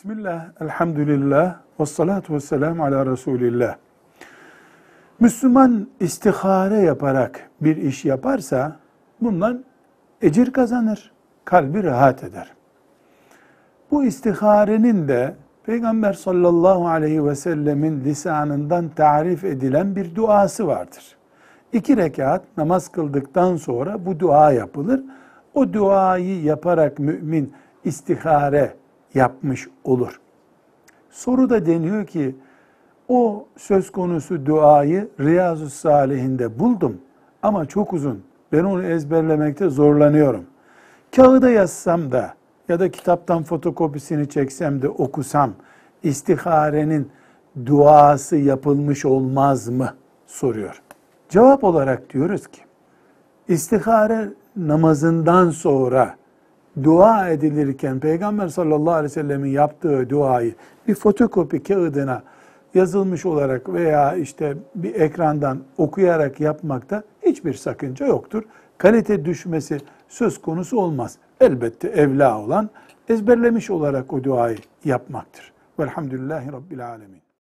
Bismillah, elhamdülillah, ve salatu ve selamu ala Resulillah. Müslüman istihare yaparak bir iş yaparsa bundan ecir kazanır, kalbi rahat eder. Bu istiharenin de Peygamber sallallahu aleyhi ve sellemin lisanından tarif edilen bir duası vardır. 2 rekat namaz kıldıktan sonra bu dua yapılır. O duayı yaparak mümin istihare yapmış olur. Soruda deniyor ki, o söz konusu duayı Riyazu Salihinde buldum ama çok uzun. Ben onu ezberlemekte zorlanıyorum. Kağıda yazsam da ya da kitaptan fotokopisini çeksem de okusam istiharenin duası yapılmış olmaz mı soruyor. Cevap olarak diyoruz ki, istihare namazından sonra dua edilirken Peygamber sallallahu aleyhi ve sellemin yaptığı duayı bir fotokopi kağıdına yazılmış olarak veya işte bir ekrandan okuyarak yapmakta hiçbir sakınca yoktur. Kalite düşmesi söz konusu olmaz. Elbette evla olan ezberlemiş olarak o duayı yapmaktır. Velhamdülillahi Rabbil alemin.